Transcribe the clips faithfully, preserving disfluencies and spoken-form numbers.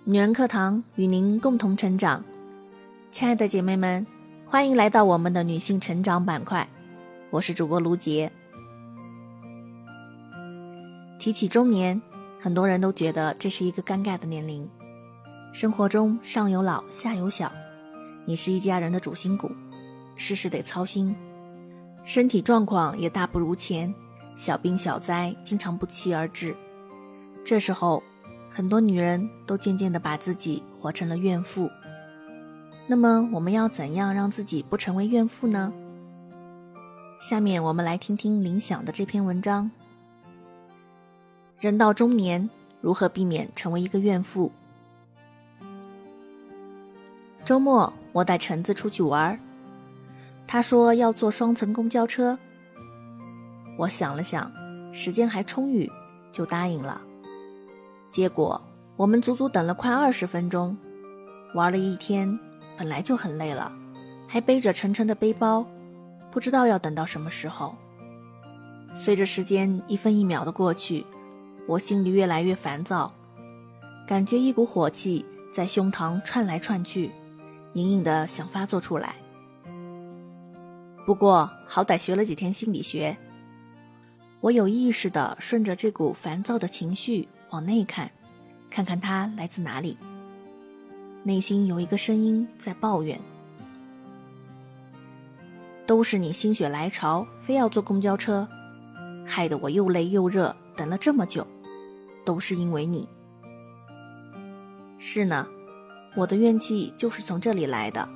女人课堂与您共同成长。亲爱的姐妹们，欢迎来到我们的女性成长板块，我是主播卢杰。提起中年，很多人都觉得这是一个尴尬的年龄。生活中上有老下有小，你是一家人的主心骨，事事得操心，身体状况也大不如前，小病小灾经常不期而至。这时候很多女人都渐渐地把自己活成了怨妇。那么我们要怎样让自己不成为怨妇呢？下面我们来听听林想的这篇文章。人到中年，如何避免成为一个怨妇？周末我带橙子出去玩，他说要坐双层公交车。我想了想，时间还充裕，就答应了。结果我们足足等了快二十分钟，玩了一天，本来就很累了，还背着沉沉的背包，不知道要等到什么时候。随着时间一分一秒的过去，我心里越来越烦躁，感觉一股火气在胸膛窜来窜去，隐隐的想发作出来。不过好歹学了几天心理学，我有意识地顺着这股烦躁的情绪往内看，看看它来自哪里。内心有一个声音在抱怨，都是你心血来潮非要坐公交车，害得我又累又热，等了这么久，都是因为你。是呢，我的怨气就是从这里来的。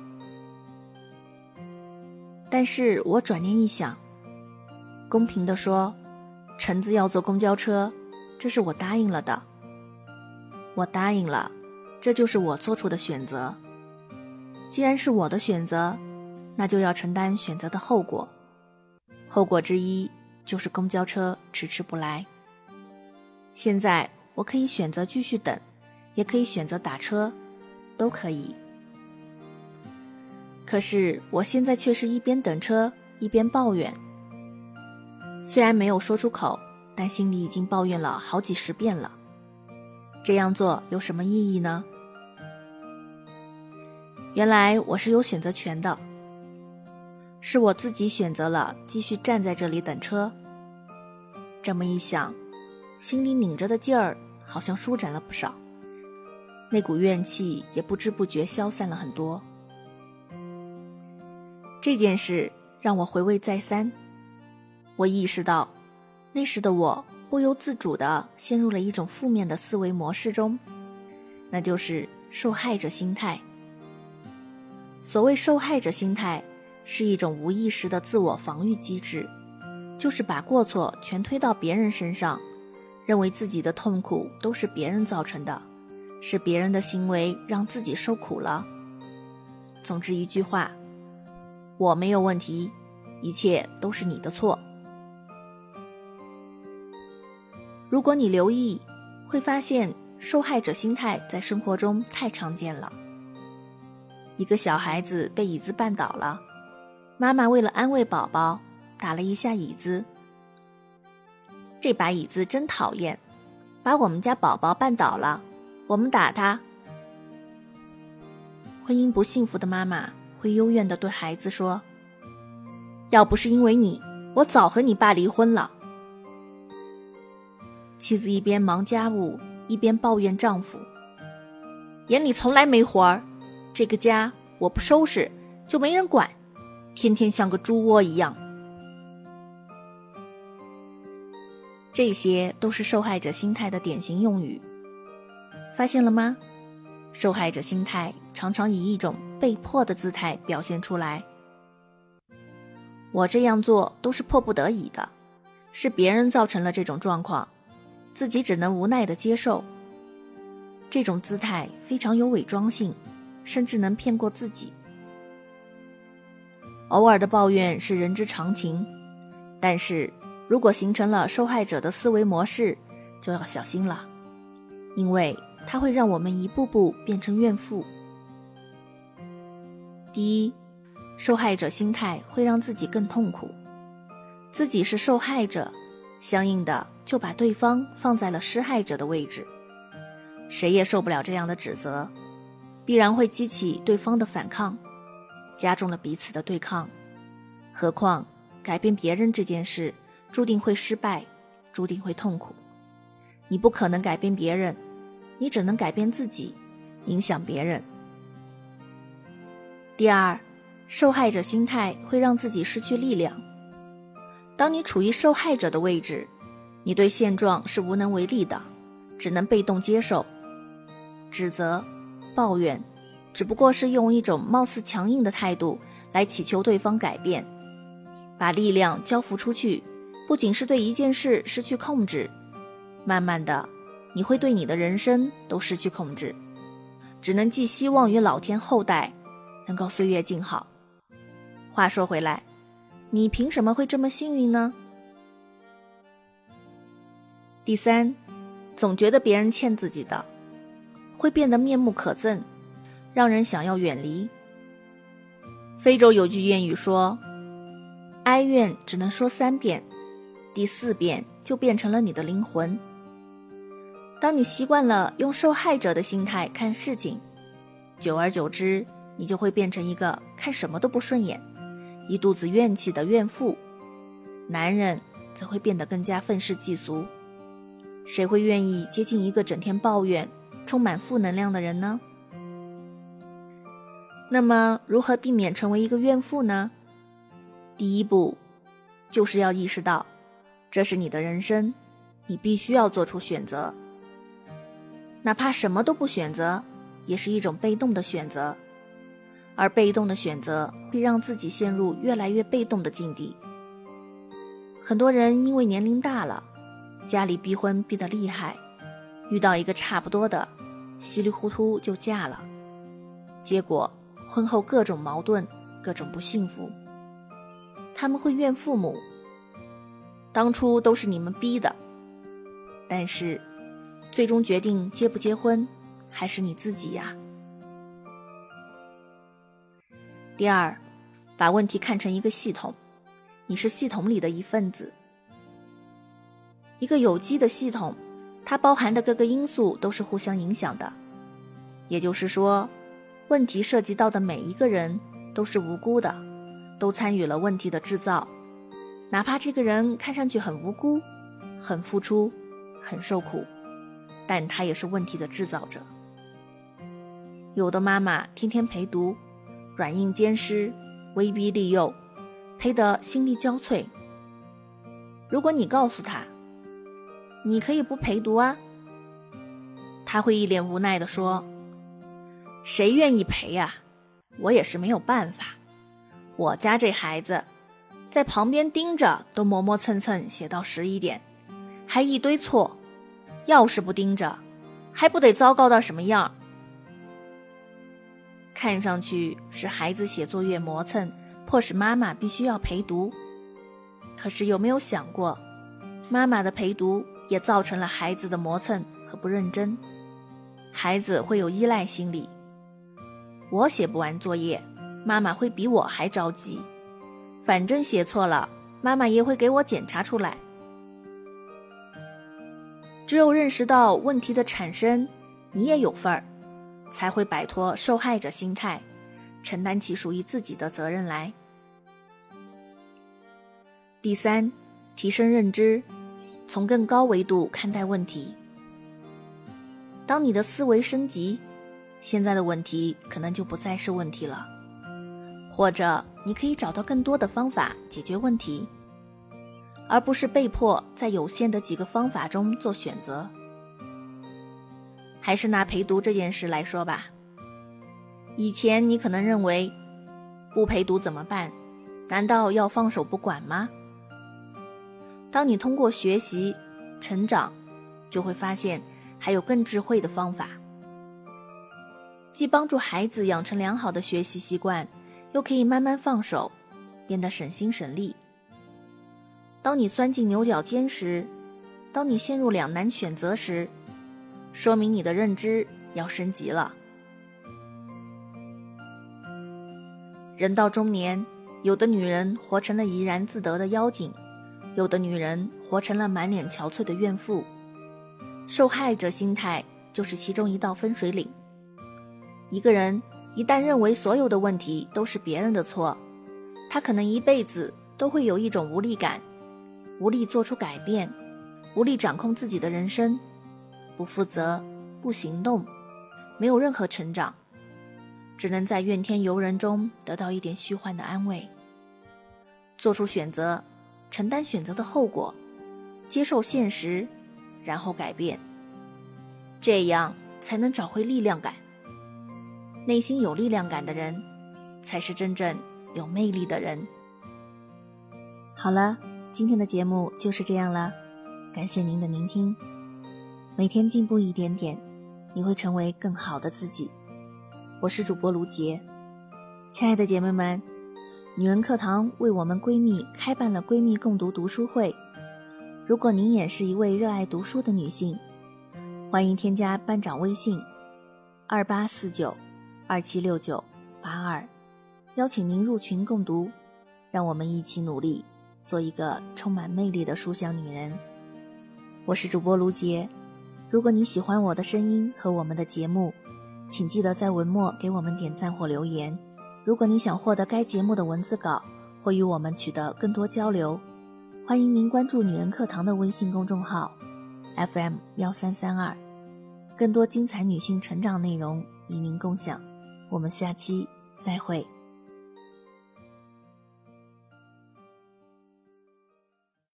但是我转念一想，公平地说，橙子要坐公交车，这是我答应了的。我答应了，这就是我做出的选择。既然是我的选择，那就要承担选择的后果。后果之一就是公交车迟迟不来。现在我可以选择继续等，也可以选择打车，都可以。可是我现在却是一边等车一边抱怨，虽然没有说出口，但心里已经抱怨了好几十遍了。这样做有什么意义呢？原来我是有选择权的，是我自己选择了继续站在这里等车。这么一想，心里拧着的劲儿好像舒展了不少，那股怨气也不知不觉消散了很多。这件事让我回味再三，我意识到那时的我不由自主地陷入了一种负面的思维模式中，那就是受害者心态。所谓受害者心态，是一种无意识的自我防御机制，就是把过错全推到别人身上，认为自己的痛苦都是别人造成的，是别人的行为让自己受苦了。总之一句话，我没有问题，一切都是你的错。如果你留意，会发现受害者心态在生活中太常见了。一个小孩子被椅子绊倒了，妈妈为了安慰宝宝，打了一下椅子。这把椅子真讨厌，把我们家宝宝绊倒了，我们打他。婚姻不幸福的妈妈会幽怨地对孩子说，要不是因为你，我早和你爸离婚了。妻子一边忙家务，一边抱怨丈夫，眼里从来没活儿，这个家我不收拾就没人管，天天像个猪窝一样。这些都是受害者心态的典型用语，发现了吗？受害者心态常常以一种被迫的姿态表现出来。我这样做都是迫不得已的，是别人造成了这种状况，自己只能无奈地接受。这种姿态非常有伪装性，甚至能骗过自己。偶尔的抱怨是人之常情，但是如果形成了受害者的思维模式，就要小心了，因为它会让我们一步步变成怨妇。第一，受害者心态会让自己更痛苦，自己是受害者，相应的就把对方放在了施害者的位置， 谁也受不了这样的指责，必然会激起对方的反抗，加重了彼此的对抗。何况改变别人这件事注定会失败，注定会痛苦。你不可能改变别人，你只能改变自己，影响别人。第二，受害者心态会让自己失去力量。当你处于受害者的位置，你对现状是无能为力的，只能被动接受。指责、抱怨，只不过是用一种貌似强硬的态度来祈求对方改变。把力量交付出去，不仅是对一件事失去控制，慢慢的，你会对你的人生都失去控制，只能寄希望于老天后代能够岁月静好。话说回来，你凭什么会这么幸运呢？第三，总觉得别人欠自己的，会变得面目可憎，让人想要远离。非洲有句谚语说，哀怨只能说三遍，第四遍就变成了你的灵魂。当你习惯了用受害者的心态看事情，久而久之，你就会变成一个看什么都不顺眼，一肚子怨气的怨妇。男人则会变得更加愤世嫉俗。谁会愿意接近一个整天抱怨、充满负能量的人呢？那么，如何避免成为一个怨妇呢？第一步，就是要意识到，这是你的人生，你必须要做出选择。哪怕什么都不选择，也是一种被动的选择，而被动的选择会让自己陷入越来越被动的境地。很多人因为年龄大了，家里逼婚逼得厉害，遇到一个差不多的，稀里糊涂就嫁了，结果婚后各种矛盾，各种不幸福。他们会怨父母，当初都是你们逼的，但是最终决定结不结婚还是你自己呀。第二，把问题看成一个系统，你是系统里的一份子。一个有机的系统，它包含的各个因素都是互相影响的，也就是说，问题涉及到的每一个人都是无辜的，都参与了问题的制造。哪怕这个人看上去很无辜，很付出，很受苦，但他也是问题的制造者。有的妈妈天天陪读，软硬兼施，威逼利诱，陪得心力交瘁。如果你告诉他，你可以不陪读啊，他会一脸无奈地说，谁愿意陪呀？我也是没有办法，我家这孩子在旁边盯着都磨磨蹭蹭写到十一点，还一堆错，要是不盯着还不得糟糕到什么样。看上去是孩子写作业磨蹭，迫使妈妈必须要陪读，可是有没有想过，妈妈的陪读也造成了孩子的磨蹭和不认真。孩子会有依赖心理，我写不完作业，妈妈会比我还着急，反正写错了，妈妈也会给我检查出来。只有认识到问题的产生，你也有份儿，才会摆脱受害者心态，承担起属于自己的责任来。第三，提升认知，从更高维度看待问题。当你的思维升级，现在的问题可能就不再是问题了，或者你可以找到更多的方法解决问题，而不是被迫在有限的几个方法中做选择。还是拿陪读这件事来说吧，以前你可能认为，不陪读怎么办？难道要放手不管吗？当你通过学习成长，就会发现还有更智慧的方法，既帮助孩子养成良好的学习习惯，又可以慢慢放手，变得省心省力。当你钻进牛角尖时，当你陷入两难选择时，说明你的认知要升级了。人到中年，有的女人活成了怡然自得的妖精，有的女人活成了满脸憔悴的怨妇。受害者心态就是其中一道分水岭。一个人一旦认为所有的问题都是别人的错，他可能一辈子都会有一种无力感，无力做出改变，无力掌控自己的人生，不负责，不行动，没有任何成长，只能在怨天尤人中得到一点虚幻的安慰。做出选择，承担选择的后果，接受现实，然后改变，这样才能找回力量感。内心有力量感的人，才是真正有魅力的人。好了，今天的节目就是这样了，感谢您的聆听。每天进步一点点，你会成为更好的自己。我是主播卢杰。亲爱的姐妹们，女人课堂为我们闺蜜开办了闺蜜共读读书会。如果您也是一位热爱读书的女性，欢迎添加班长微信二八四九二七六九八二，邀请您入群共读，让我们一起努力，做一个充满魅力的书香女人。我是主播卢杰。如果你喜欢我的声音和我们的节目，请记得在文末给我们点赞或留言。如果你想获得该节目的文字稿或与我们取得更多交流，欢迎您关注女人课堂的微信公众号 F M 一三三二，更多精彩女性成长内容与您共享。我们下期再会。